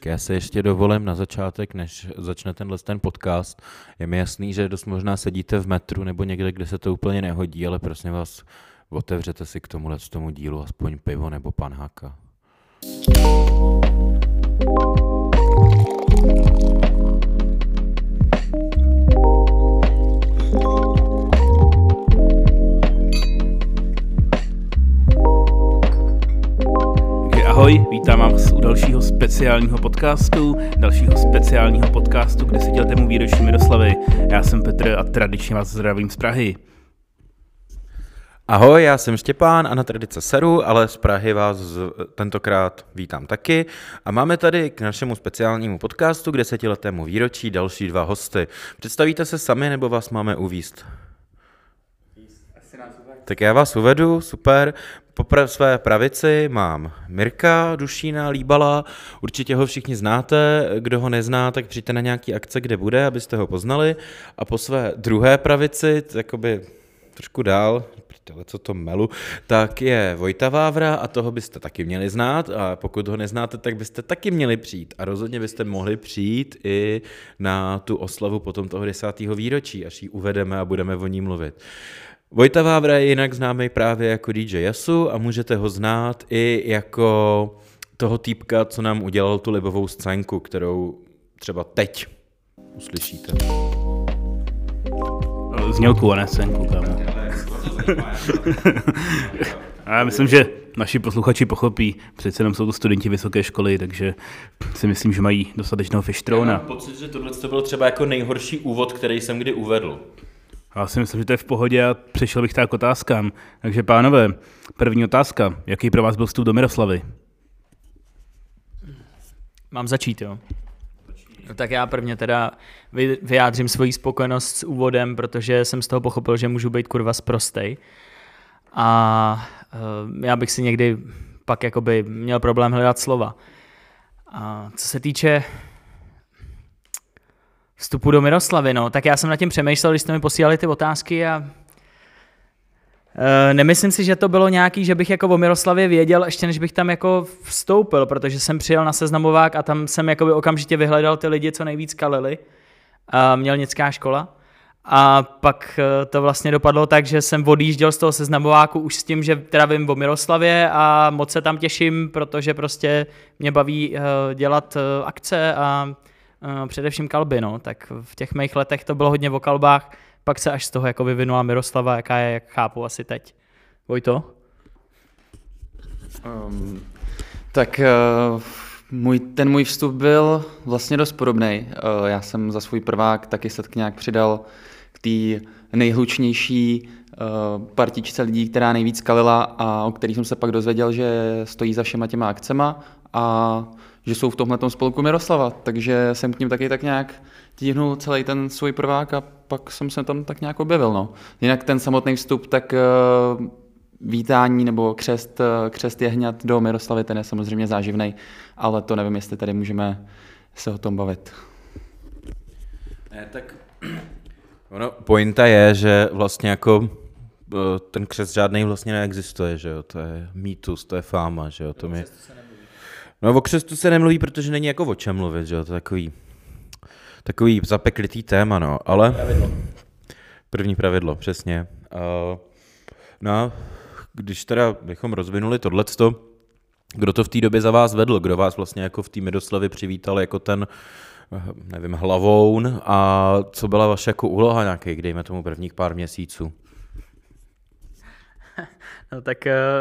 Tak já se ještě dovolím na začátek, než začne ten podcast. Je mi jasný, že dost možná sedíte v metru nebo někde, kde se to úplně nehodí, ale prosím vás, otevřete si k tomu dílu aspoň pivo nebo panháka. Ahoj, vítám vás u dalšího speciálního podcastu, kde si děláte mu výročí Miroslavy. Já jsem Petr a tradičně vás zdravím z Prahy. Ahoj, já jsem Štěpán a na tradice seru, ale z Prahy vás tentokrát vítám taky. A máme tady k našemu speciálnímu podcastu k 10letému výročí další dva hosty. Představíte se sami, nebo vás máme uvízt? Tak já vás uvedu, super. Po své pravici mám Mirka Dušína Líbala, určitě ho všichni znáte, kdo ho nezná, tak přijďte na nějaký akce, kde bude, abyste ho poznali. A po své druhé pravici, jakoby trošku dál, co to melu, tak je Vojta Vávra a toho byste taky měli znát a pokud ho neznáte, tak byste taky měli přijít a rozhodně byste mohli přijít i na tu oslavu potom toho 10. výročí, až ji uvedeme a budeme o ní mluvit. Vojta Vávra je jinak známý právě jako DJ Yasu a můžete ho znát i jako toho týpka, co nám udělal tu libovou scénku, kterou třeba teď uslyšíte. Znělku a ne scénku, kámo. A já myslím, že naši posluchači pochopí, přece jenom jsou to studenti vysoké školy, takže si myslím, že mají dostatečného fištrona. Já mám pocit, že tohle byl třeba jako nejhorší úvod, který jsem kdy uvedl. Já si myslím, že to je v pohodě a přešel bych tak k otázkám. Takže pánové, první otázka. Jaký pro vás byl vstup do Miroslavy? Mám začít, jo? No, tak já prvně teda vyjádřím svoji spokojenost s úvodem, protože jsem z toho pochopil, že můžu být kurva sprostej. A já bych si někdy pak jakoby měl problém hledat slova. A co se týče vstupu do Miroslavy, no, tak já jsem nad tím přemýšlel, když jste mi posílali ty otázky a nemyslím si, že to bylo nějaký, že bych jako o Miroslavě věděl, ještě než bych tam jako vstoupil, protože jsem přijel na seznamovák a tam jsem jakoby okamžitě vyhledal ty lidi, co nejvíc kalili a mělnická škola. A pak to vlastně dopadlo tak, že jsem odjížděl z toho seznamováku už s tím, že teda vím o Miroslavě a moc se tam těším, protože prostě mě baví dělat akce a především kalby, no, tak v těch mých letech to bylo hodně o kalbách, pak se až z toho jako vyvinula Miroslava, jaká je, jak chápu asi teď. Vojto? Ten můj vstup byl vlastně dost podobný. Já jsem za svůj prvák taky se nějak přidal k té nejhlučnější partičce lidí, která nejvíc kalila a o kterých jsem se pak dozvěděl, že stojí za všema těma akcema a že jsou v tomhletom spolku Miroslava, takže jsem k ním taky tak nějak tíhnul celý ten svůj prvák a pak jsem se tam tak nějak objevil. No. Jinak ten samotný vstup, tak vítání nebo křest jehňat do Miroslavy, ten je samozřejmě záživnej, ale to nevím, jestli tady můžeme se o tom bavit. Ne, tak pointa je, že vlastně jako ten křest žádnej vlastně neexistuje, že jo, to je mýtus, to je fáma, že jo, to mi... No o křestu se nemluví, protože není jako o čem mluvit, že jo, to je takový zapeklitý téma, no, ale... První pravidlo, přesně. No, když teda bychom rozvinuli tohleto, kdo to v té době za vás vedl, kdo vás vlastně jako v té Miroslavě přivítal jako ten, nevím, hlavoun a co byla vaše jako úloha nějakých, dejme tomu prvních pár měsíců? No tak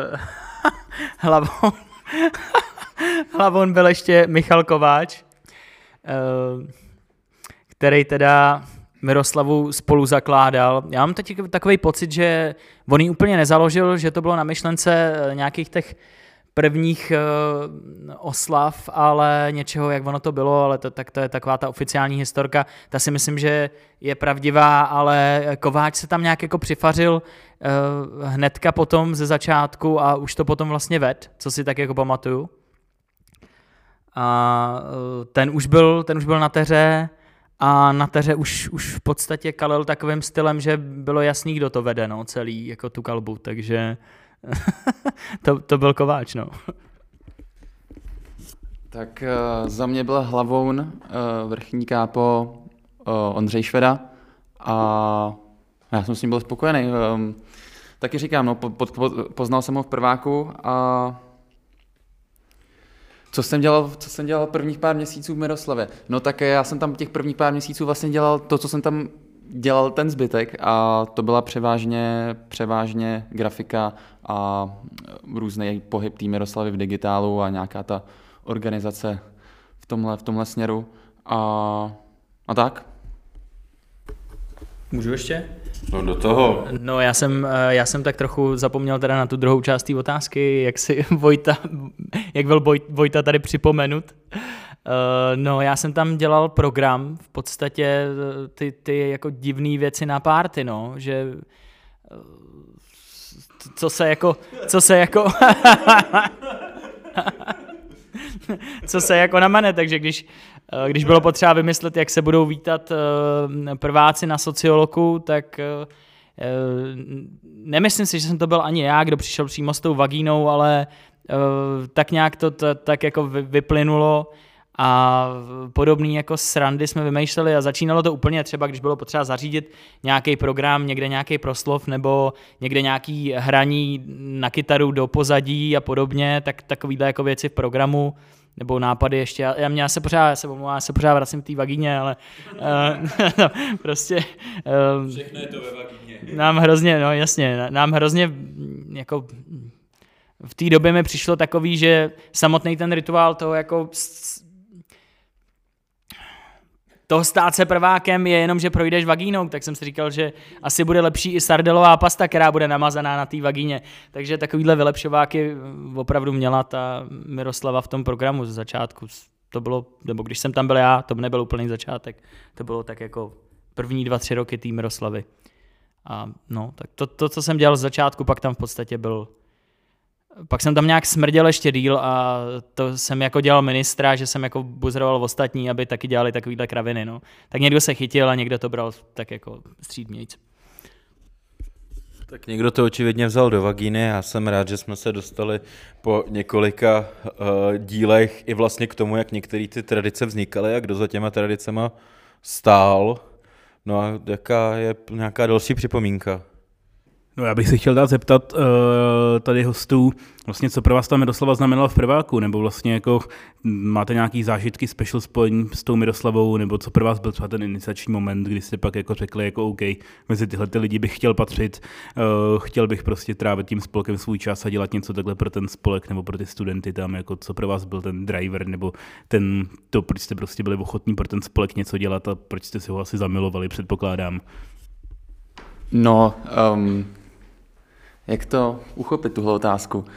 Hlavon byl ještě Michal Kováč, který teda Miroslavu spolu zakládal. Já mám teď takový pocit, že on ji úplně nezaložil, že to bylo na myšlence nějakých těch prvních oslav, ale něčeho, jak ono to bylo, ale to je taková ta oficiální historka, ta si myslím, že je pravdivá, ale Kováč se tam nějak jako přifařil hnedka potom ze začátku a už to potom vlastně ved, co si tak jako pamatuju. A ten už byl na Teře a na Teře už v podstatě kalil takovým stylem, že bylo jasný, kdo to vede, no, celý jako tu kalbu, takže to byl Kováč, no. Tak za mě byla hlavoun vrchní kápo Ondřej Šveda a já jsem s ním byl spokojený. Taky říkám, no, poznal jsem ho v prváku a co jsem dělal prvních pár měsíců v Miroslavě? No tak já jsem tam těch prvních pár měsíců vlastně dělal to, co jsem tam dělal ten zbytek a to byla převážně grafika a různý pohyb té Miroslavy v digitálu a nějaká ta organizace v tomhle směru a tak. Můžu ještě? No do toho. No já jsem tak trochu zapomněl teda na tu druhou část té otázky, jak byl Vojta tady připomenut. No já jsem tam dělal program, v podstatě ty jako divné věci na party, no, že co se jako co se jako namane, takže když bylo potřeba vymyslet, jak se budou vítat prváci na sociologu, tak nemyslím si, že jsem to byl ani já, kdo přišel přímo s tou vagínou, ale tak nějak to tak jako vyplynulo a podobný jako srandy jsme vymýšleli a začínalo to úplně třeba, když bylo potřeba zařídit nějaký program, někde nějaký proslov nebo někde nějaký hraní na kytaru do pozadí a podobně, tak takovýhle jako věci v programu nebo nápady ještě. Já se pořád vracím k té vagíně, ale prostě Všechno je to ve vagíně. Nám hrozně jako v té době mi přišlo takový, že samotný ten rituál toho jako toho stát se prvákem je jenom, že projdeš vagínou, tak jsem si říkal, že asi bude lepší i sardelová pasta, která bude namazaná na té vagíně. Takže takovýhle vylepšováky opravdu měla ta Miroslava v tom programu z začátku. To bylo, nebo když jsem tam byl já, to nebyl úplný začátek. To bylo tak jako první 2-3 roky té Miroslavy. A no, tak to, co jsem dělal z začátku, pak tam v podstatě byl. Pak jsem tam nějak smrděl ještě díl a to jsem jako dělal ministra, že jsem jako buzroval ostatní, aby taky dělali takovýhle kraviny, no. Tak někdo se chytil a někdo to bral tak jako střídmějc. Tak někdo to očividně vzal do vagíny, já jsem rád, že jsme se dostali po několika dílech i vlastně k tomu, jak některé ty tradice vznikaly a kdo za těma tradicema stál. No a jaká je nějaká další připomínka? No já bych se chtěl dát zeptat tady hostů, vlastně co pro vás ta Miroslava znamenala v prváku, nebo vlastně jako máte nějaký zážitky special spojení s tou Miroslavou, nebo co pro vás byl třeba ten iniciační moment, kdy jste pak jako řekli jako OK, mezi tyhle ty lidi bych chtěl patřit, chtěl bych prostě trávit tím spolkem svůj čas a dělat něco takhle pro ten spolek nebo pro ty studenty tam, jako co pro vás byl ten driver, nebo proč jste prostě byli ochotní pro ten spolek něco dělat a proč jste si ho asi zamilovali, předpokládám. No, jak to uchopit, tuhle otázku?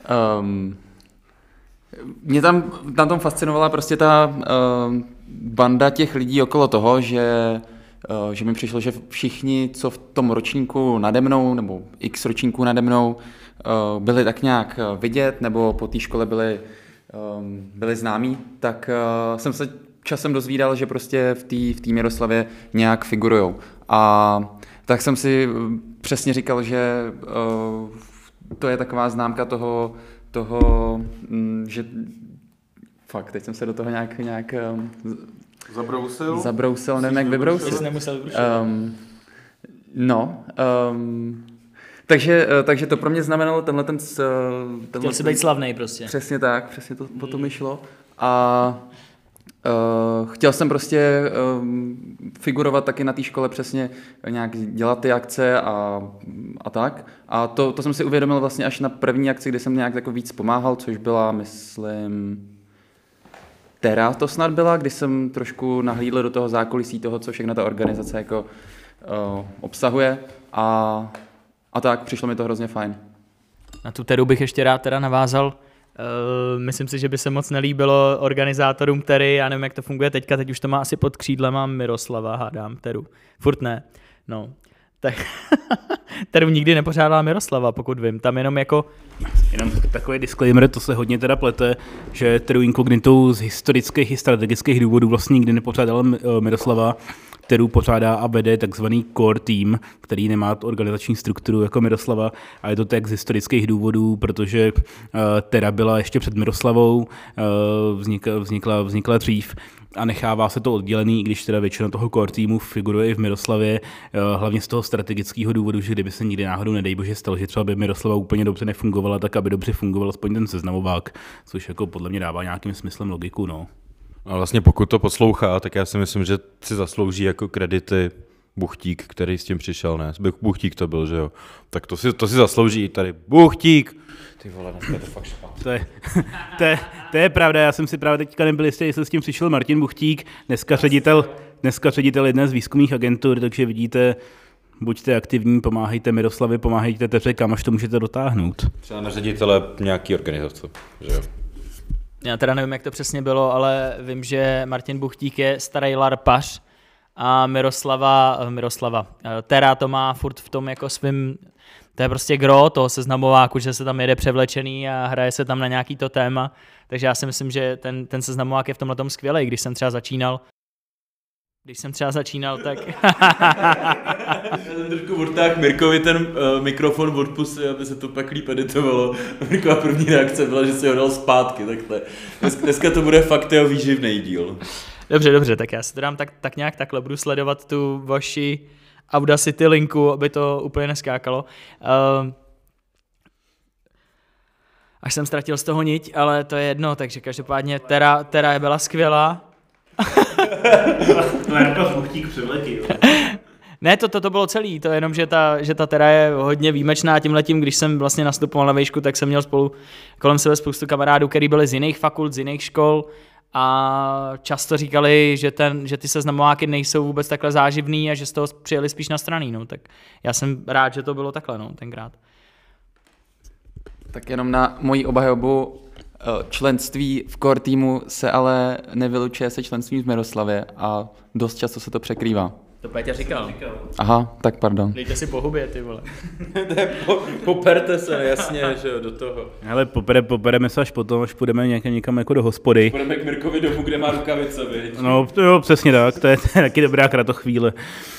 Mě tam na tom fascinovala prostě ta banda těch lidí okolo toho, že mi přišlo, že všichni, co v tom ročníku nade mnou, nebo x ročníků nade mnou, byli tak nějak vidět, nebo po té škole byli známí, tak jsem se časem dozvídal, že prostě v té Miroslavě nějak figurujou. A tak jsem si přesně říkal, že to je taková známka toho, že fakt, teď jsem se do toho nějak zabrousil, nevím, jak vybrousil. Jsi nemusel vybrousit. Takže to pro mě znamenalo tenhle chtěl jsi být slavnej prostě. Přesně tak, přesně to potom mi šlo. A chtěl jsem prostě figurovat taky na té škole, přesně nějak dělat ty akce a tak. A to jsem si uvědomil vlastně až na první akci, kdy jsem nějak jako víc pomáhal, což byla, myslím, Terra to snad byla, kdy jsem trošku nahlídl do toho zákulisí toho, co všechno ta organizace jako obsahuje a tak, přišlo mi to hrozně fajn. Na tu Teru bych ještě rád teda navázal. Myslím si, že by se moc nelíbilo organizátorům Tery, já nevím, jak to funguje teďka, teď už to má asi pod křídlema Miroslava, hádám, Teru. Furt ne, no. Tak Teru nikdy nepořádala Miroslava, pokud vím, tam jenom takový disclaimer, to se hodně teda plete, že Teru Inkognitou z historických i strategických důvodů vlastně nikdy nepořádala Miroslava, kterou pořádá a vede takzvaný core team, který nemá organizační strukturu jako Miroslava, a je to tak z historických důvodů, protože Tera byla ještě před Miroslavou, vznikla dřív a nechává se to oddělený, i když teda většina toho core týmu figuruje i v Miroslavě, hlavně z toho strategického důvodu, že kdyby se nikdy náhodou, nedej bože, stalo, že třeba by Miroslava úplně dobře nefungovala, tak aby dobře fungoval aspoň ten seznamovák, což jako podle mě dává nějakým smyslem logiku, no. A vlastně pokud to poslouchá, tak já si myslím, že si zaslouží jako kredity Buchtík, který s tím přišel, ne? Buchtík to byl, že jo? Tak to si zaslouží tady Buchtík. Ty vole, dneska je to fakt špatně. To je pravda, já jsem si právě teďka nebyl jistý, jestli s tím přišel Martin Buchtík, dneska ředitel jedné z výzkumných agentur, takže vidíte, buďte aktivní, pomáhejte Miroslavi, pomáhejte Teře, kam až to můžete dotáhnout. Třeba na ředitele nějaký organizace, že jo? Já teda nevím, jak to přesně bylo, ale vím, že Martin Buchtík je starý larpař a Miroslava. Tera to má furt v tom jako svým, to je prostě gro toho seznamováku, že se tam jede převlečený a hraje se tam na nějaký to téma, takže já si myslím, že ten seznamovák je v tomhletom skvělej. Když jsem třeba začínal, tak... Já jsem trošku odtáhl Mirkovi ten mikrofon od pusy, aby se to pak líp editovalo. Mirkova první reakce byla, že si ho dal zpátky, takhle. Dneska to bude fakt jeho výživnej díl. Dobře, tak já si to dám tak nějak takhle, budu sledovat tu vaši Audacity linku, aby to úplně neskákalo. Až jsem ztratil z toho niť, ale to je jedno, takže každopádně Tera byla skvělá. To je jako Buchtík převletí, jo. Ne, to bylo celý, to je jenom, že ta Tera je hodně výjimečná tímhletím, když jsem vlastně nastupoval na vejšku, tak jsem měl spolu kolem sebe spoustu kamarádů, kteří byli z jiných fakult, z jiných škol a často říkali, že ty seznamováky nejsou vůbec takhle záživný a že z toho přijeli spíš na straný, no, tak já jsem rád, že to bylo takhle, no, tenkrát. Tak jenom na moji obhajobu, členství v core týmu se ale nevylučuje se členstvím v Miroslavě a dost často se to překrývá. To Péťa říkal. Aha, tak pardon. Dejte si po hubě, ty vole. Poperte se, jasně, že jo, do toho. Hele, popereme se až potom, až půjdeme někam jako do hospody. Půjdeme k Mirkovi domů, kde má rukavice, viď? No, jo, přesně tak, to je taky dobrá kratochvíle.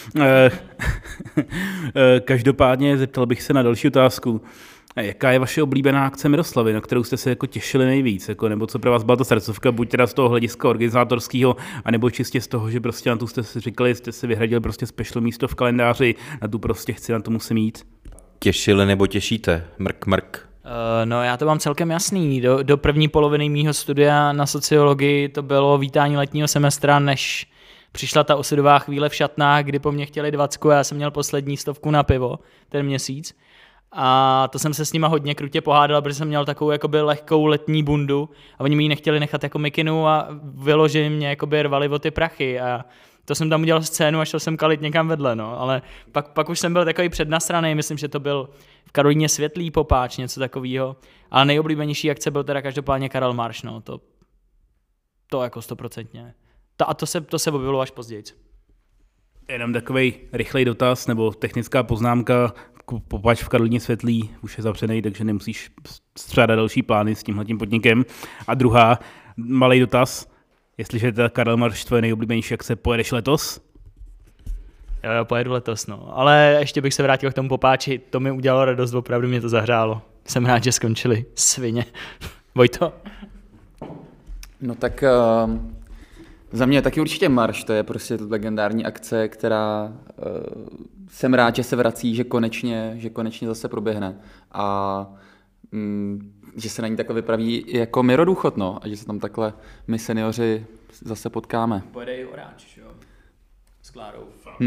Každopádně zeptal bych se na další otázku. Jaká je vaše oblíbená akce Miroslavy, na kterou jste se jako těšili nejvíc, jako, nebo co pro vás byla ta srdcovka, buď teda z toho hlediska organizátorského, anebo čistě z toho, že prostě na tu jste si říkali, jste si vyhradili prostě special místo v kalendáři, na tu prostě chci, na to musím jít. Těšili nebo těšíte? Mrk. No já to mám celkem jasný. Do první poloviny mýho studia na sociologii to bylo vítání letního semestra, než přišla ta osudová chvíle v šatnách, kdy po mně chtěli 20 a já jsem měl poslední 100 na pivo ten měsíc. A to jsem se s nima hodně krutě pohádal, protože jsem měl takovou jakoby lehkou letní bundu a oni mi ji nechtěli nechat jako mikinu a vyloženě mě jakoby rvali o ty prachy a to jsem tam udělal scénu a šel jsem kalit někam vedle, no, ale pak už jsem byl takový přednasranej, myslím, že to byl v Karolíně Světlý popáč, něco takového, ale nejoblíbenější akce byl teda každopádně Karel Marš, no, to jako 100%. A to se objevilo až později. Jenom takovej rychlej dotaz nebo technická poznámka, popáč v Karolíně Světlý už je zavřený, takže nemusíš střádat další plány s tímhletím podnikem. A druhá, malej dotaz, jestliže ta Karel Marš tvoje nejoblíbenější akce, pojedeš letos? Jo, pojedu letos, no. Ale ještě bych se vrátil k tomu popáči, to mi udělalo radost, opravdu mě to zahřálo. Jsem rád, že skončili svině. Vojto? No tak za mě taky určitě Marš, to je prostě legendární akce, která jsem rád, že se vrací, že konečně zase proběhne a že se na ní takhle vypraví jako mirodůchod, no, a že se tam takhle my seniori zase potkáme. Pojede i Horáč, jo? S Klárou.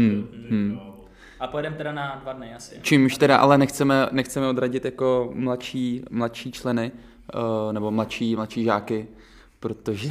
A pojedeme teda na 2 dny asi. Čímž teda ale nechceme odradit jako mladší členy, nebo mladší žáky, protože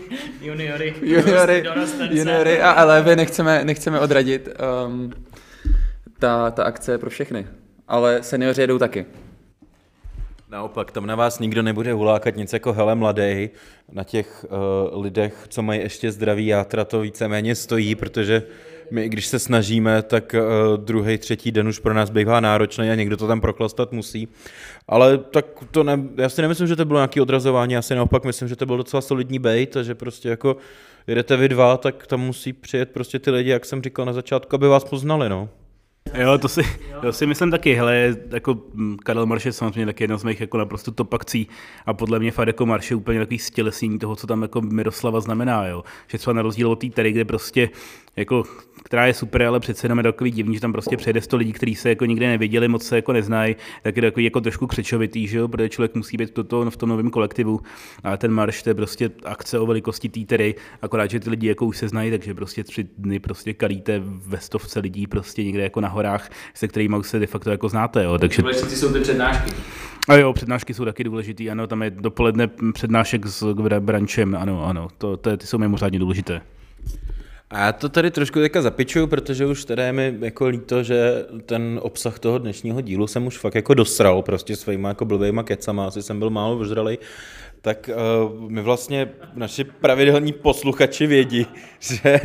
juniory a elevy nechceme odradit. Ta akce je pro všechny, ale seniori jedou taky. Naopak, tam na vás nikdo nebude hulákat nic jako hele mladej, na těch lidech, co mají ještě zdravý játra, to víceméně stojí, protože my, když se snažíme, tak druhý, třetí den už pro nás bývá náročný a někdo to tam proklastat musí. Ale tak to já si nemyslím, že to bylo nějaké odrazování, já si naopak myslím, že to byl docela solidní bejt a že prostě jako jedete vy dva, tak tam musí přijet prostě ty lidi, jak jsem říkal na začátku, aby vás poznali, no. Jo, to si myslím taky, hele, jako Karel Marš je samozřejmě taky jedna z mých jako naprosto top akcí a podle mě fakt jako Marš je úplně takový stělesnění toho, co tam jako Miroslava znamená, jo. Že třeba na rozdíl od té Terry, kde prostě jako, která je super, ale přece jenom je takový divný, že tam prostě přijede 100 lidí, kteří se jako nikdy neviděli, moc se jako neznají, tak je takový jako trošku křečovitý, že jo, protože člověk musí být v tom novém kolektivu, ale ten Marš, to je prostě akce o velikosti té Terry, akorát, že ty lidi jako už se znají, takže prostě 3 dny prostě kalíte ve 100 lidí prostě někde jako na horách, se kterými už se de facto jako znáte, jo, takže... Důležitý jsou ty přednášky. A jo, přednášky jsou taky důležitý, ano, tam je dopoledne přednášek s branchem, ano, ty jsou mimořádně důležité. A já to tady trošku teďka zapičuju, protože už teda je mi jako líto, že ten obsah toho dnešního dílu jsem už fakt jako dosral prostě svýma jako blbejma kecama, asi jsem byl málo vyžralej, tak my vlastně naši pravidelní posluchači vědí, že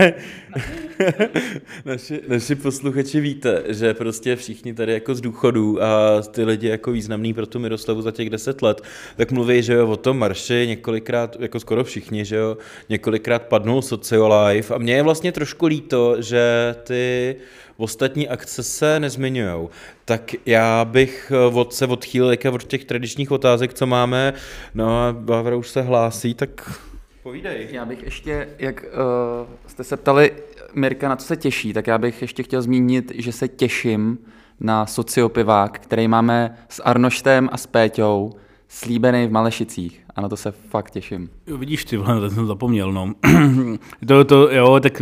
naši posluchači víte, že prostě všichni tady jako z důchodů a ty lidi jako významný pro tu Miroslavu za těch 10 let, tak mluví, že jo, o tom Marši několikrát, jako skoro všichni, že jo, několikrát padnul Sociolife a mně je vlastně trošku líto, že ty ostatní akce se nezmiňujou. Tak já bych se odchýlil od těch tradičních otázek, co máme. No a Vávra už se hlásí, tak povídej. Já bych ještě, jak jste se ptali Mirka, na co se těší, tak já bych ještě chtěl zmínit, že se těším na sociopivák, který máme s Arnoštem a s Péťou, slíbený v Malešicích. A na to se fakt těším. Jo, vidíš ty, to jsem zapomněl, no. Jo, tak...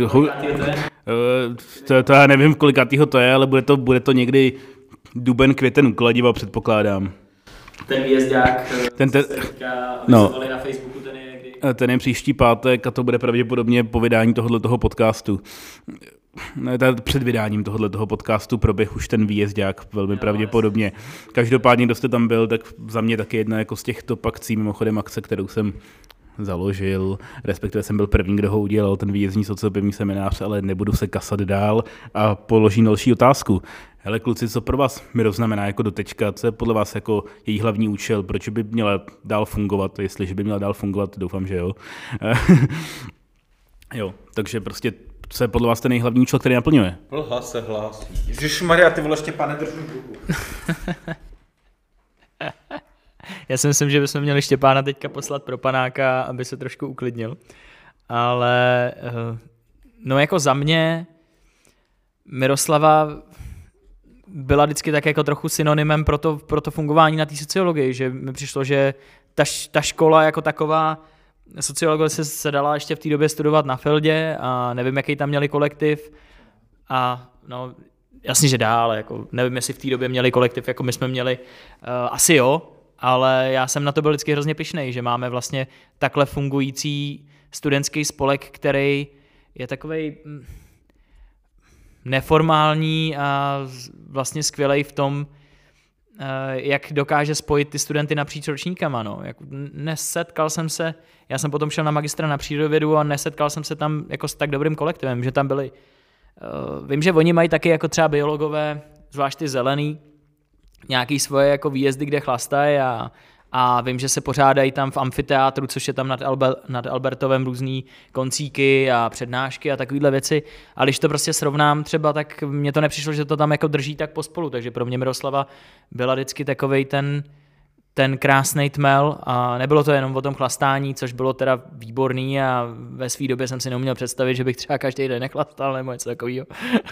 To já nevím, kolikátýho to je, ale bude to někdy duben, květen u Kladiva, předpokládám. Ten výjezdák, na Facebooku, ten je někdy... Ten je příští pátek a to bude pravděpodobně po vydání tohoto podcastu. Před vydáním tohoto podcastu proběh už ten výjezdák velmi pravděpodobně. Každopádně, kdo jste tam byl, tak za mě taky jedna jako z těch top akcí, mimochodem akce, kterou jsem založil, respektive jsem byl první, kdo ho udělal, ten výjezdní sociopivní seminář, ale nebudu se kasat dál a položím další otázku. Hele kluci, co pro vás Miro znamená jako doteďka, co je podle vás jako její hlavní účel, proč by měla dál fungovat, jestliže by měla dál fungovat, doufám, že jo. Jo, takže prostě co je podle vás ten nejhlavní účel, který naplňuje? Lha se hlásí. Ježišmarja, ty vole, Štěpáne, držím ruku. Já si myslím, že bychom měli Štěpána teďka poslat pro panáka, aby se trošku uklidnil. Ale no jako za mě Miroslava byla vždycky tak jako trochu synonymem pro to fungování na té sociologii, že mi přišlo, že ta škola jako taková, sociologie se dala ještě v té době studovat na Fieldě a nevím, jaký tam měli kolektiv a no jasně, že dál, jako nevím, jestli v té době měli kolektiv, jako my jsme měli, asi jo, ale já jsem na to byl vždycky hrozně pyšnej, že máme vlastně takhle fungující studentský spolek, který je takovej neformální a vlastně skvělej v tom, jak dokáže spojit ty studenty napříč ročníkama. No. Nesetkal jsem se, já jsem potom šel na magistra na přírodovědu a nesetkal jsem se tam jako s tak dobrým kolektivem, že tam byli, vím, že oni mají taky jako třeba biologové, zvlášť ty zelený, nějaký svoje jako výjezdy, kde chlastají a vím, že se pořádají tam v amfiteátru, což je tam nad Albertovem různý koncíky a přednášky a takovýhle věci. A když to prostě srovnám třeba, tak mně to nepřišlo, že to tam jako drží tak pospolu. Takže pro mě Miroslava byla vždycky takovej ten krásnej tmel a nebylo to jenom o tom chlastání, což bylo teda výborný a ve své době jsem si neuměl představit, že bych třeba každý den nechlastal nebo něco takového.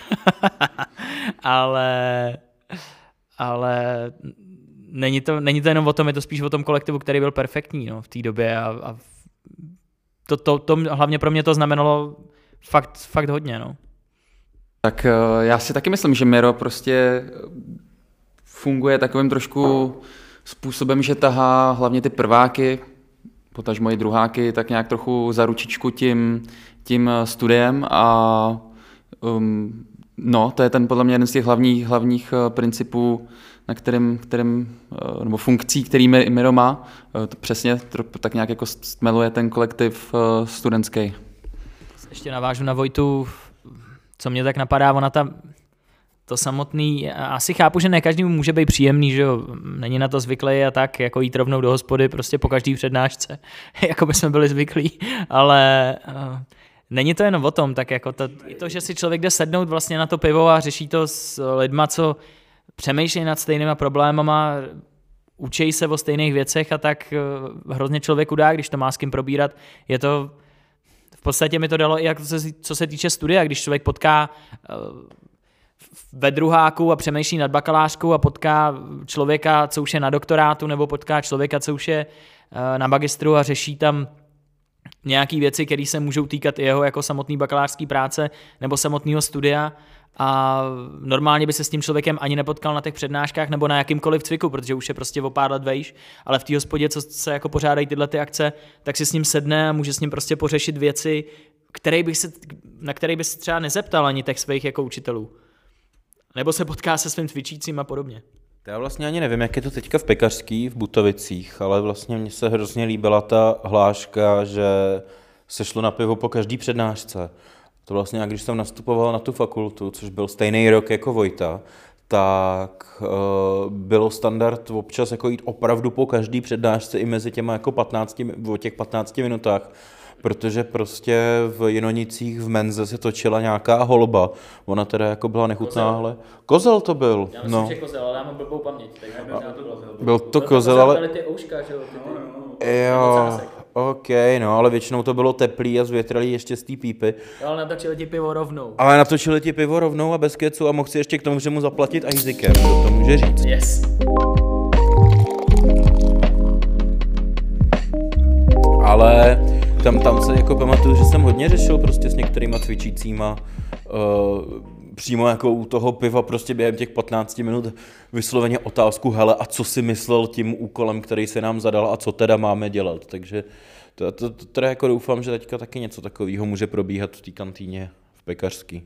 ale není to jenom o tom, je to spíš o tom kolektivu, který byl perfektní no, v té době a to hlavně pro mě to znamenalo fakt hodně. No. Tak já si taky myslím, že Miro prostě funguje takovým trošku způsobem, že tahá hlavně ty prváky, potažmo i druháky, tak nějak trochu za ručičku tím studiem a no, to je ten podle mě jeden z těch hlavních principů nebo funkcí, který Miro má. To přesně tak nějak jako stmeluje ten kolektiv studentský. Ještě navážu na Vojtu, co mě tak napadá, to samotný, asi chápu, že ne každému může být příjemný, že jo, není na to zvyklý a tak, jako jít rovnou do hospody prostě po každý přednášce, jako by jsme byli zvyklí, ale není to jenom o tom, tak jako to, že si člověk jde sednout vlastně na to pivo a řeší to s lidma, co přemýšlejí nad stejnýma problémama, učí se o stejných věcech a tak hrozně člověku dá, když to má s kým probírat, je to, v podstatě mi to dalo i jak co se týče studia, když člověk potká ve druháku a přemýšlí nad bakalářkou a potká člověka, co už je na doktorátu, nebo potká člověka, co už je na magistru a řeší tam nějaké věci, které se můžou týkat i jeho jako samotný bakalářský práce nebo samotného studia a normálně by se s tím člověkem ani nepotkal na těch přednáškách nebo na jakýmkoliv cviku, protože už je prostě o pár let vejš, ale v té hospodě, co se jako pořádají tyhle ty akce, tak si s ním sedne a může s ním prostě pořešit věci, na které by se třeba nezeptal ani těch svých jako učitelů. Nebo se potká se svým cvičícím a podobně. Já vlastně ani nevím, jak je to teďka v Pekařský v Butovicích, ale vlastně mně se hrozně líbila ta hláška, že se šlo na pivo po každý přednášce. To vlastně, když jsem nastupoval na tu fakultu, což byl stejný rok jako Vojta, tak bylo standard občas jako jít opravdu po každý přednášce i mezi těma jako 15 minutách, protože prostě v Jinonicích v menze se točila nějaká holba. Ona teda jako byla nechutná, ale... Kozel to byl. Já myslím, že kozel, ale já mám blbou paměť. Byl to kozel, ale... Byly ty ouška, že jo? Jo, OK, no, ale většinou to bylo teplý a zvětralý ještě z té pípy. Jo, ale natočili ti pivo rovnou. Ale natočili ti pivo rovnou a bez kecu a mohl si ještě k tomu, že mu zaplatit ajzikem, to může říct. Yes. Ale tam se jako pamatuju, že jsem hodně řešil prostě s některýma cvičícíma přímo jako u toho piva prostě během těch 15 minut vysloveně otázku, hele, a co si myslel tím úkolem, který se nám zadal a co teda máme dělat, takže to teda jako doufám, že teďka taky něco takového může probíhat v té kantýně v Pekařský.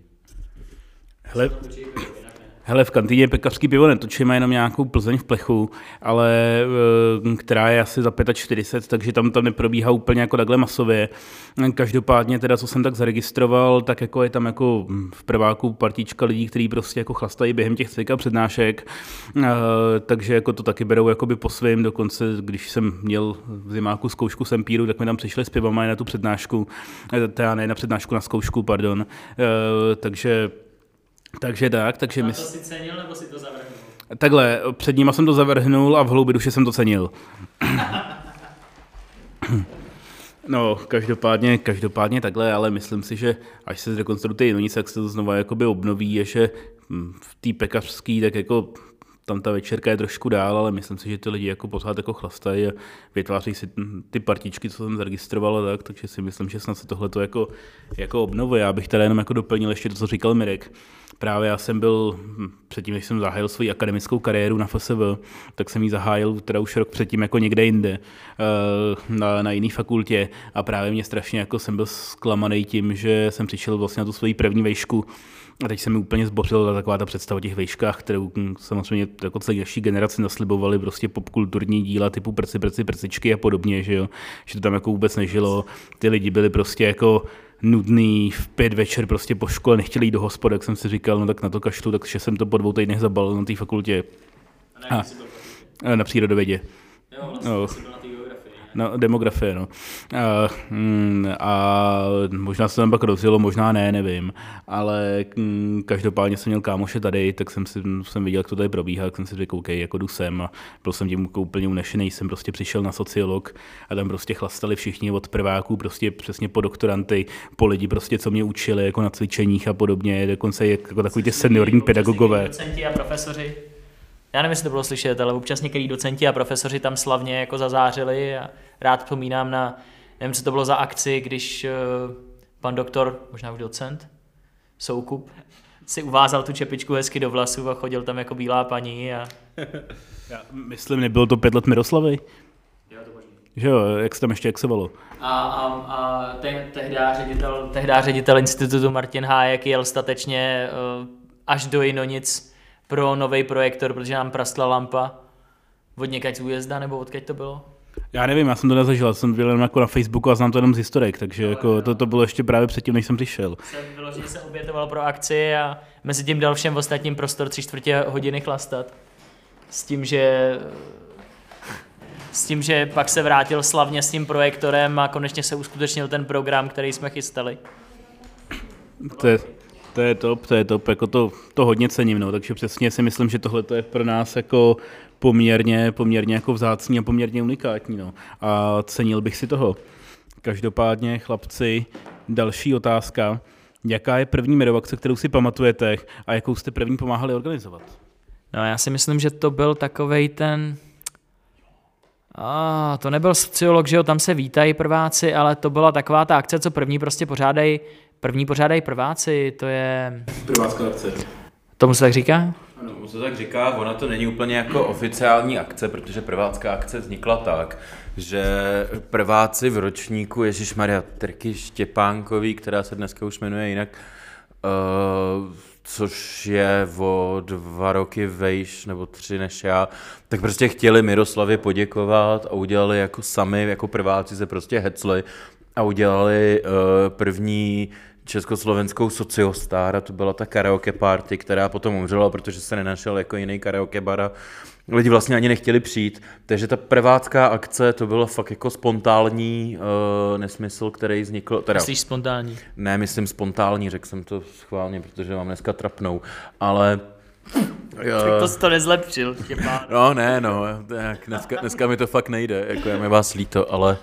Hele, v kantýně Pekařský pivo netočíme jenom nějakou Plzeň v plechu, ale která je asi za 45, takže tam neprobíhá úplně jako takhle masově. Každopádně teda, co jsem tak zaregistroval, tak jako je tam jako v prváku partička lidí, kteří prostě jako chlastají během těch cvik a přednášek, takže jako to taky berou jakoby po svým, dokonce když jsem měl v zimáku zkoušku Sempíru, tak mi tam přišli s pivama na tu přednášku, teda ne na přednášku, na zkoušku, pardon, takže to si cenil, nebo si to zavrhnul? Takhle, před nima jsem to zavrhnul a v hloubi duše jsem to cenil. No, každopádně takhle, ale myslím si, že až se zrekonstruuje ty Jinonice, jak se to znova jakoby obnoví, je, že v té Pekařský, tak jako tam ta večerka je trošku dál, ale myslím si, že ty lidi jako pořád jako chlastají a vytváří si ty partičky, co jsem zaregistroval a tak, takže si myslím, že snad se tohleto jako obnovuje. Já bych teda jenom jako doplnil ještě to, co říkal Mirek. Právě já jsem byl, předtím, než jsem zahájil svoji akademickou kariéru na FSV, tak jsem ji zahájil teda už rok předtím jako někde jinde, na jiné fakultě a právě mě strašně jako jsem byl zklamaný tím, že jsem přišel vlastně na tu svoji první vejšku a teď se mi úplně zbořila taková ta představa o těch vejškách, kterou samozřejmě jako celé naší generaci naslibovali prostě popkulturní díla typu prcičky a podobně, že to tam jako vůbec nežilo, ty lidi byli prostě jako nudný, v 5 večer prostě po škole, nechtěli jít do hospody, jak jsem si říkal, no tak na to kašlu, takže jsem to po 2 týdnech zabalil na té fakultě. Na přírodovědě. Jo, vlastně byl na té geografii. Na demografie, no. A možná se tam pak rozjelo, možná ne, nevím, ale každopádně jsem měl kámoše tady, tak jsem viděl, jak to tady probíhá, tak jsem si řekl, OK, jako jdu sem a byl jsem tím úplně unešený, jsem prostě přišel na sociolog a tam prostě chlastali všichni od prváků, prostě přesně po doktoranty, po lidi prostě, co mě učili, jako na cvičeních a podobně, dokonce jako takový ty seniorní pedagogové. Docenti a profesoři. Já nevím, jestli to bylo slyšet, ale občas některý docenti a profesoři tam slavně jako zazářili a rád vzpomínám na, nevím, co to bylo za akci, když pan doktor, možná už docent, Soukup, si uvázal tu čepičku hezky do vlasů a chodil tam jako bílá paní. A... Já myslím, nebylo to 5 let Miroslavy? Jo, to možný. Že jo, jak se tam ještě exovalo? A tehdy ředitel institutu Martin Hájek jel statečně až do Jinonic pro nový projektor, protože nám praskla lampa. Od někaď z újezda, nebo odkaď to bylo? Já nevím, já jsem to nezažil, jsem byl jenom jako na Facebooku a znám to jenom z historek, takže jako to bylo ještě právě předtím, než jsem přišel. Vyloženě se obětoval pro akci a mezi tím dal všem ostatním prostor 3/4 hodiny chlastat. S tím, že pak se vrátil slavně s tím projektorem a konečně se uskutečnil ten program, který jsme chystali. To je top, jako to hodně cením, no, takže přesně si myslím, že tohle je pro nás jako poměrně jako vzácný a poměrně unikátní, no, a cenil bych si toho. Každopádně, chlapci, další otázka, jaká je první Mirovakce, kterou si pamatujete a jakou jste první pomáhali organizovat? No já si myslím, že to byl takovej ten... to nebyl sociolog, že jo, tam se vítají prváci, ale to byla taková ta akce, co první pořádají prváci, to je... Prvácká akce. Tomu se tak říká? Ano, mu se tak říká, ona to není úplně jako oficiální akce, protože prvácká akce vznikla tak, že prváci v ročníku Ježišmarja Terky Štěpánkový, která se dneska už jmenuje jinak, což je o 2 roky vejš nebo 3 než já, tak prostě chtěli Miroslavě poděkovat a udělali jako sami, jako prváci se prostě hecli a udělali první československou Sociostar a to byla ta karaoke party, která potom umřela, protože se nenašel jako jiný karaoke bar a lidi vlastně ani nechtěli přijít, takže ta prvácká akce to bylo fakt jako spontánní nesmysl, který vznikl. Myslíš spontánní? Ne, myslím spontánní, řekl jsem to schválně, protože mám dneska trapnou, ale... Tak to jsi to nezlepšil, Štěpán. No ne, tak dneska mi to fakt nejde, jako je mi vás líto, ale...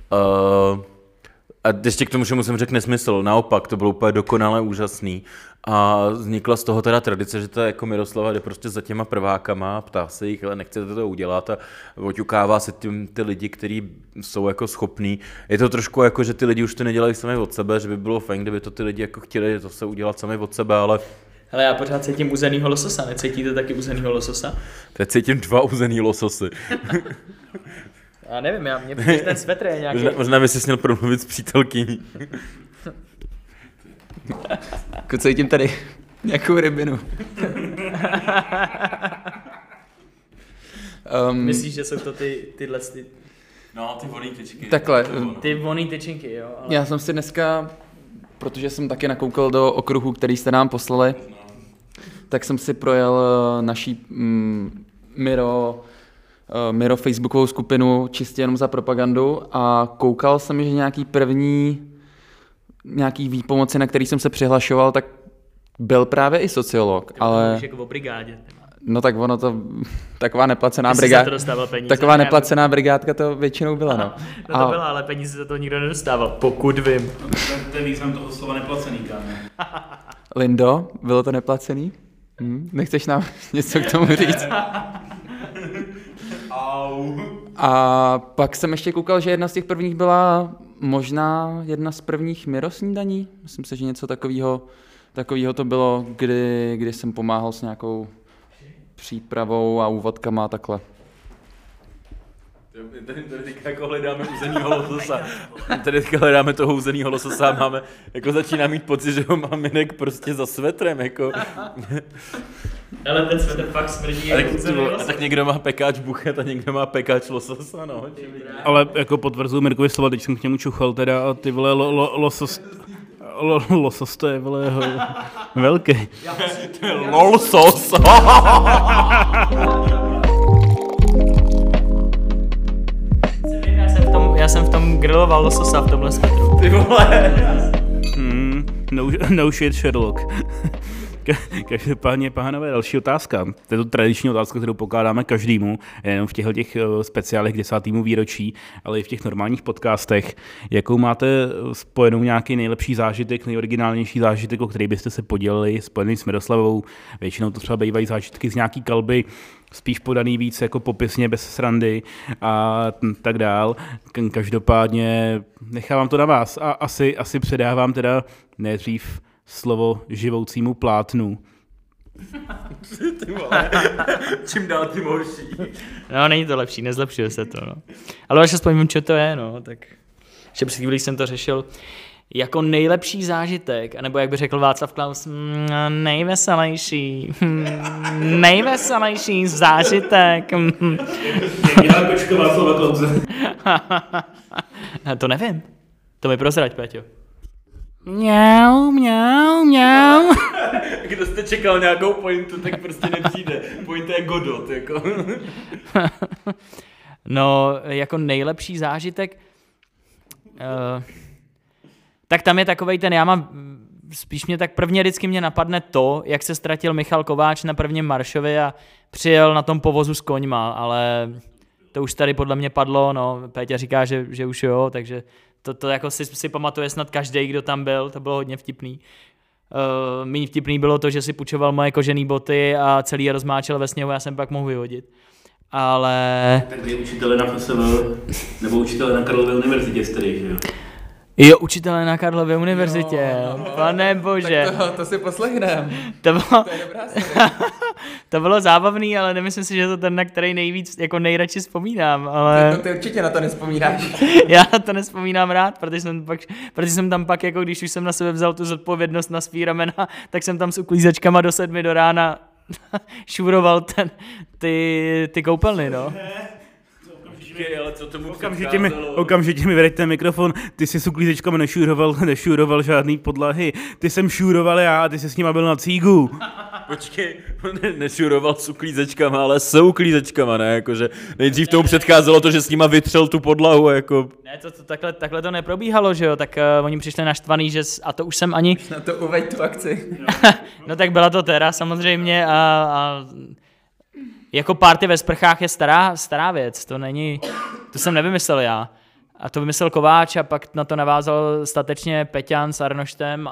A ještě k tomu, že musím řekl nesmysl, naopak, to bylo úplně dokonale úžasný a vznikla z toho teda tradice, že ta jako Miroslava jde prostě za těma prvákama, ptá se jich, ale nechcete to udělat a oťukává se tím ty lidi, kteří jsou jako schopní. Je to trošku jako, že ty lidi už to nedělají sami od sebe, že by bylo fajn, kdyby to ty lidi jako chtěli to se udělat sami od sebe, ale... Hele, já pořád cítím uzenýho lososa, necítíte taky uzenýho lososa? Teď cítím 2 uzený lososy. Já nevím, mě ten svetr je nějaký... Možná by si měl promluvit s přítelkyní. Cítím tady nějakou rybinu. Myslíš, že jsou to tyhle... No, ty voný tyčky. Takhle. Ty voný tyčinky, jo. Ale... Já jsem si dneska, protože jsem taky nakoukal do okruhu, který jste nám poslali, tak jsem si projel naší Miro facebookovou skupinu čistě jenom za propagandu a koukal jsem, že nějaký výpomoci, na který jsem se přihlašoval, tak byl právě i sociolog, ale... Jako o brigádě. No tak ono to, taková neplacená brigádka. Taková neplacená brigádka to většinou byla, no. No to byla, ale peníze za to nikdo nedostával, pokud vím. To je význam toho slova neplacený, kámo. Lindo, bylo to neplacený? Nechceš nám něco k tomu říct? A pak jsem ještě koukal, že jedna z těch prvních byla možná jedna z prvních Mirosnídaní. Myslím si, že něco takového to bylo, kdy jsem pomáhal s nějakou přípravou a úvodkama a takhle. Tady teďka jako hledáme uzenýho lososa. Tady teďka hledáme toho uzenýho lososa a máme, jako začíná mít pocit, že ho mám jinak prostě za svetrem, jako. Ale ten svetr fakt smrdí. Tak někdo má pekáč buchet a někdo má pekáč lososa, no. Ale jako potvrzuji Mirkovi slova, teď jsem k němu čuchal teda a ty vole losos... Losos to je vole velký. To je lolsos. Já jsem v tom griloval lososa v tomhle svetru. Ty vole. No shit Sherlock. Každopádně, pánové, další otázka. To je to tradiční otázka, kterou pokládáme každému, nejenom v těch speciálech k 10. výročí, ale i v těch normálních podcastech. Jakou máte spojenou nějaký nejlepší zážitek, nejoriginálnější zážitek, o který byste se podělili, spojený s Miroslavou? Většinou to třeba bývají zážitky z nějaký kalby, spíš podaný víc jako popisně, bez srandy a tak dál. Každopádně nechávám to na vás a asi předávám teda nejdřív slovo živoucímu plátnu. Ty vole, čím dál tím horší. No, není to lepší, nezlepšuje se to, no. Ale až aspoň vím, co to je, no, tak ještě před chvílí jsem to řešil. jako nejlepší zážitek, nebo jak by řekl Václav Klaus, nejveselější zážitek. Já kočka Václava Klause. To nevím. To mi prozrať, Péťo. Mňau, mňau, mňau. Kdo jste čekal nějakou pointu, tak prostě nepřijde. Pointa je Godot, jako. No, jako nejlepší zážitek, tak tam je takovej ten, já mám, spíš mě tak prvně vždycky mě napadne to, jak se ztratil Michal Kováč na prvním Maršově a přijel na tom povozu s koňma, ale to už tady podle mě padlo, no, Péťa říká, že už jo, takže to jako si pamatuje snad každý, kdo tam byl, to bylo hodně vtipný. Méně vtipný bylo to, že si půjčoval moje kožený boty a celý je rozmáčel ve sněhu, já jsem pak mohl vyhodit. Ale... Tak je učitele na FSV, nebo učitele na Karlově univerzitě jste, že jo? Jo, učitele na Karlově univerzitě, no. Pane bože. Tak to si poslechneme. To je dobrá story. To bylo zábavný, ale nemyslím si, že to ten, na který nejvíc, jako nejradši vzpomínám, ale... Ty určitě na to nevzpomínáš. Já na to nevzpomínám rád, protože jsem tam pak, jako když už jsem na sebe vzal tu zodpovědnost na svý ramena, tak jsem tam s uklízečkama do 7 do rána šuroval ty koupelny, no. Ale co tomu Okamžitě mi vedete ten mikrofon, ty jsi s uklízečkami nešuroval žádný podlahy, ty jsem šuroval já a ty jsi s nima byl na cígu. Počkej, nešuroval s uklízečkama, ale s uklízečkama, ne, jakože nejdřív tomu předcházelo to, že s nima vytřel tu podlahu, jako... Ne, takhle to neprobíhalo, že jo, tak oni přišli naštvaný, že, a to už jsem ani... Na to uveď tu akci. No tak byla to teda samozřejmě a jako party ve sprchách je stará věc, to jsem nevymyslel já. A to vymyslel Kováč a pak na to navázal statečně Peťan s Arnoštem,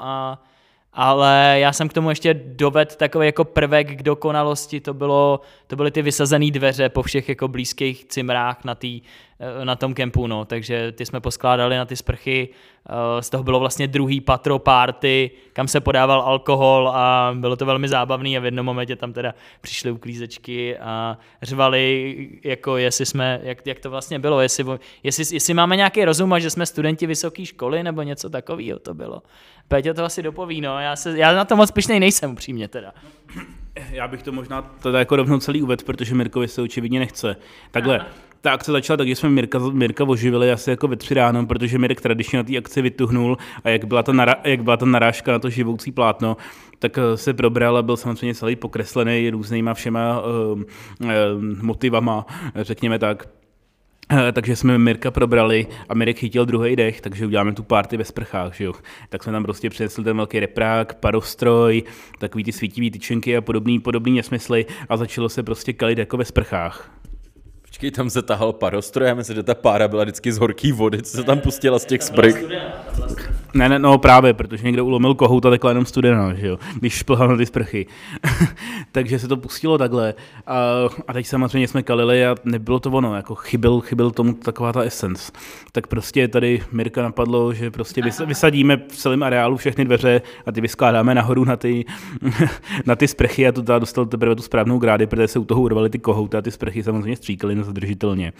ale já jsem k tomu ještě dovedl takový jako prvek k dokonalosti, to byly ty vysazené dveře po všech jako blízkých cimrách na tom kempu, no, takže ty jsme poskládali na ty sprchy, z toho bylo vlastně druhý patro party, kam se podával alkohol a bylo to velmi zábavný a v jednom momentě tam teda přišly uklízečky a řvali, jako jestli jsme, jak to vlastně bylo, jestli máme nějaký rozum a že jsme studenti vysoké školy nebo něco takového to bylo. Péťa to asi dopoví, no, já na to moc pyšnej nejsem upřímně teda. Já bych to možná teda jako rovnou celý uvedl, protože Mirkovi se očividně nechce. Takhle, ta akce začala tak, že jsme Mirka oživili asi jako ve 3 ráno, protože Mirek tradičně na té akci vytuhnul a jak byla ta narážka na to živoucí plátno, tak se probral a byl samozřejmě celý pokreslený různýma všema motivama, řekněme tak. Takže jsme Mirka probrali a Mirek chytil druhý dech, takže uděláme tu party ve sprchách, že jo. Tak jsme tam prostě přinesli ten velký reprák, parostroj, takový ty svítivý tyčinky a podobný nesmysly a začalo se prostě kalit jako ve sprchách. Počkej, tam se tahal parostroj, já myslím, že ta pára byla vždycky z horký vody, co se tam pustila z těch sprch. Ne, no právě, protože někdo ulomil kohout a takhle jenom studená, že jo, když šplhal na ty sprchy. Takže se to pustilo takhle a teď samozřejmě jsme kalili a nebylo to ono, jako chyběl tomu taková ta essence. Tak prostě tady Mirka napadlo, že prostě vysadíme v celém areálu všechny dveře a ty vyskládáme nahoru na ty sprchy a to dostal teprve tu správnou grády, protože se u toho urvaly ty kohouty a ty sprchy samozřejmě stříkaly nezadržitelně.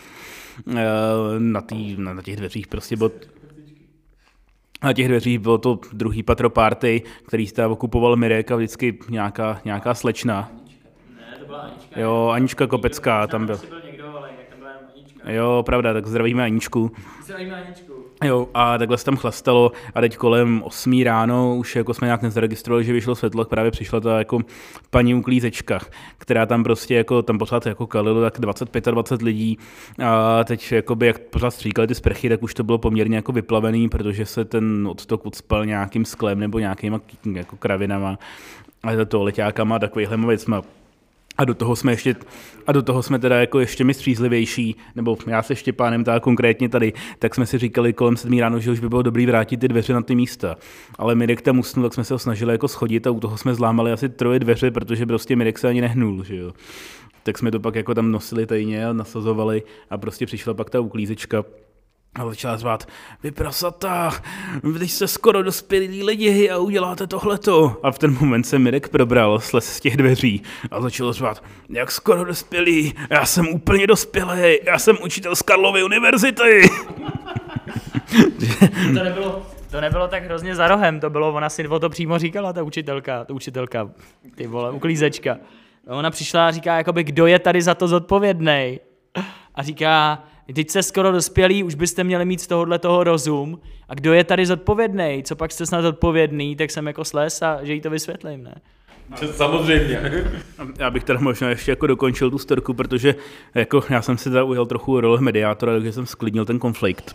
Na těch dveřích prostě bylo... Na těch dveřích bylo to druhý patro party, který se tam okupoval Mirek a vždycky nějaká slečna. Ne, to byla Anička. Jo, Anička Kopecká tam byl. Jo, pravda, tak zdravíme Aničku. Zdravíme Aničku. Jo, a takhle se tam chlastalo a teď kolem 8 ráno už jako jsme nějak nezaregistrovali, že vyšlo světlo, právě přišla ta jako paní uklízečka, která tam prostě jako tam pořád jako kalilo tak 20 lidí a teď jakoby jak pořád stříkali ty sprchy, tak už to bylo poměrně jako vyplavený, protože se ten odtok ucpal nějakým sklem nebo nějakýma jako kravinama a toaleťákama a takovýhlema věcma. A do toho jsme teda jako ještě my střízlivější, nebo já se Štěpánem teda konkrétně tady, tak jsme si říkali kolem 7 ráno, že už by bylo dobrý vrátit ty dveře na ty místa. Ale Mirek tam usnul, tak jsme se ho snažili jako schodit a u toho jsme zlámali asi 3 dveře, protože prostě Mirek se ani nehnul, že jo. Tak jsme to pak jako tam nosili tajně a nasazovali a prostě přišla pak ta uklízečka a začala řvát, vy prasata, vy jste skoro dospělí lidi a uděláte tohleto. A v ten moment se Mirek probral, slez z těch dveří a začal řvát, jak skoro dospělí, já jsem úplně dospělý, já jsem učitel z Karlovy univerzity. To nebylo tak hrozně za rohem, to bylo, ona si o to přímo říkala, ta učitelka, ty vole, uklízečka. Ona přišla a říká, jakoby, kdo je tady za to zodpovědnej? A říká, teď jste skoro dospělí, už byste měli mít z toho rozum. A kdo je tady zodpovědnej? Co pak jste snad zodpovědný? Tak jsem jako sles a že jí to vysvětlím, ne? Samozřejmě. Já bych teda možná ještě jako dokončil tu storku, protože jako já jsem si teda ujel trochu roli mediátora, takže jsem sklidnil ten konflikt.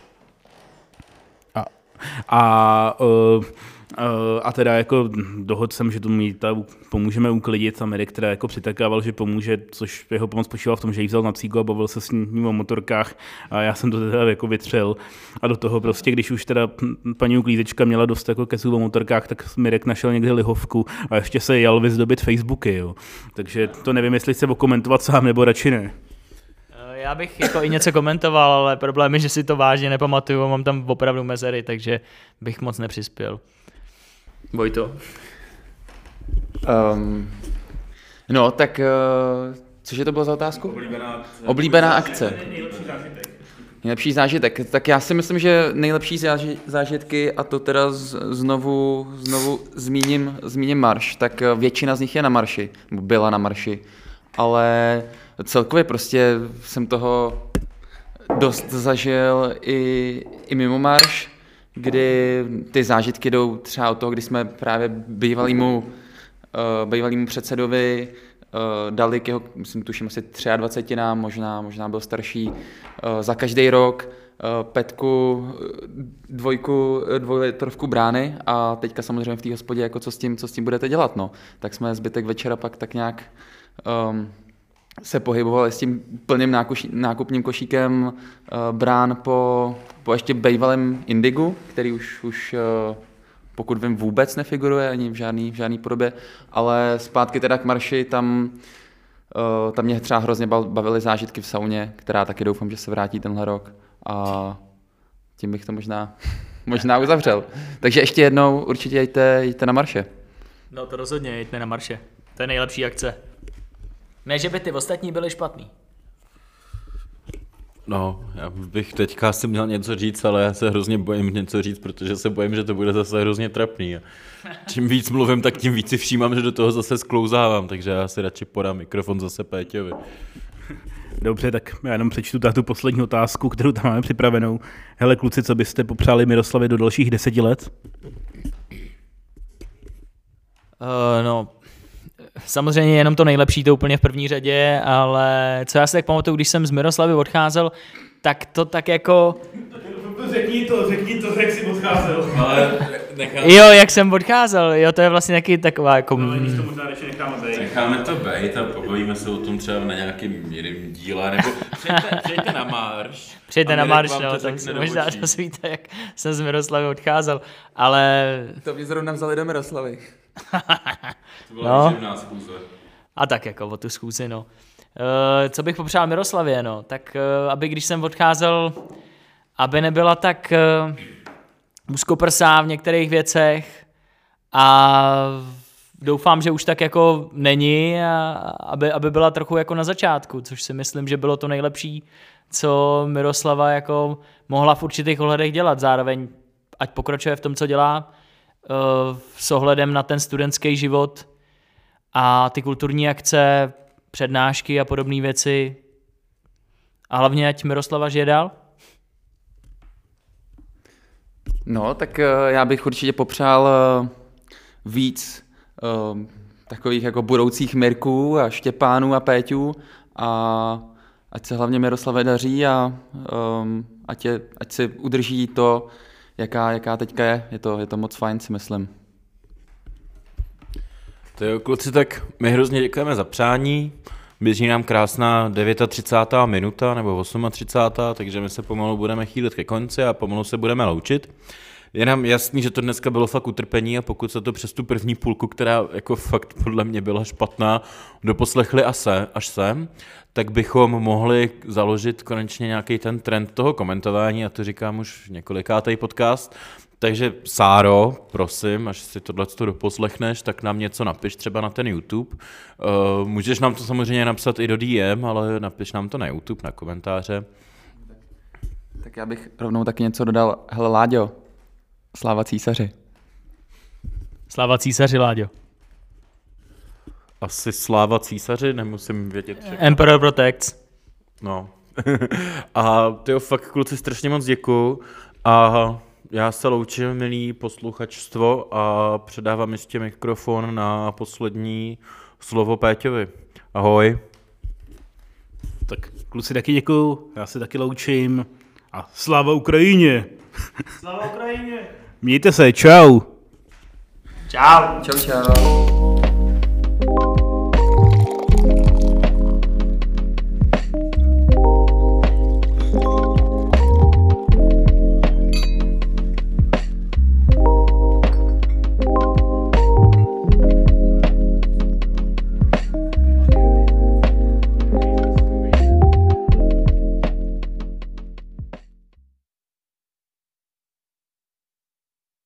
A teda jako dohodl jsem, že tu pomůžeme uklidit a Mirek teda jako přitakával, že pomůže, což jeho pomoc spočívala v tom, že jí vzal na cíku a bavil se s ním o motorkách a já jsem to teda jako vytřel a do toho prostě, když už teda paní uklízečka měla dost jako keců o motorkách, tak Mirek našel někde lihovku a ještě se jel vyzdobit Facebooky, jo. Takže to nevím, jestli chce okomentovat sám nebo radši ne. Já bych jako i něco komentoval, ale problém je, že si to vážně nepamatuju a mám tam opravdu mezery, takže bych moc nepřispěl. Vojto. No, tak cože to bylo za otázku? Oblíbená akce. Nejlepší zážitek. Tak já si myslím, že nejlepší zážitky, a to teda znovu zmíním marš, tak většina z nich je na marši, byla na marši, ale celkově prostě jsem toho dost zažil i mimo marš, kdy ty zážitky jdou třeba od toho, kdy jsme právě bývalýmu předsedovi dali k jeho, myslím, tuším asi 23, možná byl starší, za každý rok petku, dvojlitrovku brány a teďka samozřejmě v té hospodě, jako co s tím budete dělat, no. Tak jsme zbytek večera pak tak nějak se pohybovali s tím plným nákupním košíkem brán po ještě bývalém Indigu, který už pokud vím, vůbec nefiguruje ani v žádný podobě, ale zpátky teda k marši, tam mě třeba hrozně bavily zážitky v sauně, která taky doufám, že se vrátí tenhle rok a tím bych to možná uzavřel. Takže ještě jednou určitě jděte na marše. No to rozhodně, jeďte na marše. To je nejlepší akce. Ne, že by ty ostatní byly špatný. No, já bych teďka si měl něco říct, ale já se hrozně bojím něco říct, protože se bojím, že to bude zase hrozně trapný. A čím víc mluvím, tak tím víc si všímám, že do toho zase sklouzávám, takže já si radši podám mikrofon zase Péťovi. Dobře, tak já jenom přečtu tu poslední otázku, kterou tam máme připravenou. Hele kluci, co byste popřáli Miroslavě do dalších 10 let? No, samozřejmě jenom to nejlepší, to úplně v první řadě, ale co já si tak pamatuju, když jsem z Miroslavy odcházel, tak to tak jako... Řekni to, jak jsi odcházel. Jo, jak jsem odcházel, jo, to je vlastně taky taková jako... No, když to možná ještě necháme bejt. Necháme to bejt a pobavíme se o tom třeba na nějakým jiným díle, nebo přijďte na marš. Přijďte na marš, no, tak si možná dozvíte, jak jsem z Miroslavy odcházel, ale... To mě zrovna vzali do Miroslavy. To byla živná schůze. A tak jako o tu schůzi, no. Co bych popřál Miroslavě, no, tak aby když jsem odcházel, aby nebyla tak úzkoprsá v některých věcech a doufám, že už tak jako není a aby byla trochu jako na začátku, což si myslím, že bylo to nejlepší, co Miroslava jako mohla v určitých ohledech dělat. Zároveň ať pokračuje v tom, co dělá, s ohledem na ten studentský život a ty kulturní akce, přednášky a podobné věci. A hlavně ať Miroslava žije dál. No, tak já bych určitě popřál víc takových jako budoucích Mirků a Štěpánů a Péťů a ať se hlavně Miroslavě daří a ať si udrží to, jaká teďka je. Je to moc fajn, si myslím. To jo, kluci, tak my hrozně děkujeme za přání. Běží nám krásná 39. minuta nebo 38. takže my se pomalu budeme chýlit ke konci a pomalu se budeme loučit. Je nám jasný, že to dneska bylo fakt utrpení a pokud se to přes tu první půlku, která jako fakt podle mě byla špatná, doposlechli až sem, tak bychom mohli založit konečně nějaký ten trend toho komentování, a to říkám už několikátý podcast. Takže Sáro, prosím, až si tohleto doposlechneš, tak nám něco napiš třeba na ten YouTube. Můžeš nám to samozřejmě napsat i do DM, ale napiš nám to na YouTube, na komentáře. Tak já bych rovnou taky něco dodal. Hele Láďo, Sláva císaři. Sláva císaři, Láďo. Asi sláva císaři, nemusím vědět. Emperor protects. No. A tyjo, fakt kluci strašně moc děkuju. A já se loučím, milý posluchačstvo, a předávám ještě mikrofon na poslední slovo Péťovi. Ahoj. Tak kluci taky děkuju, já se taky loučím a sláva Ukrajině! Sláva Ukrajině! Mějte se, čau! Čau! Čau, čau.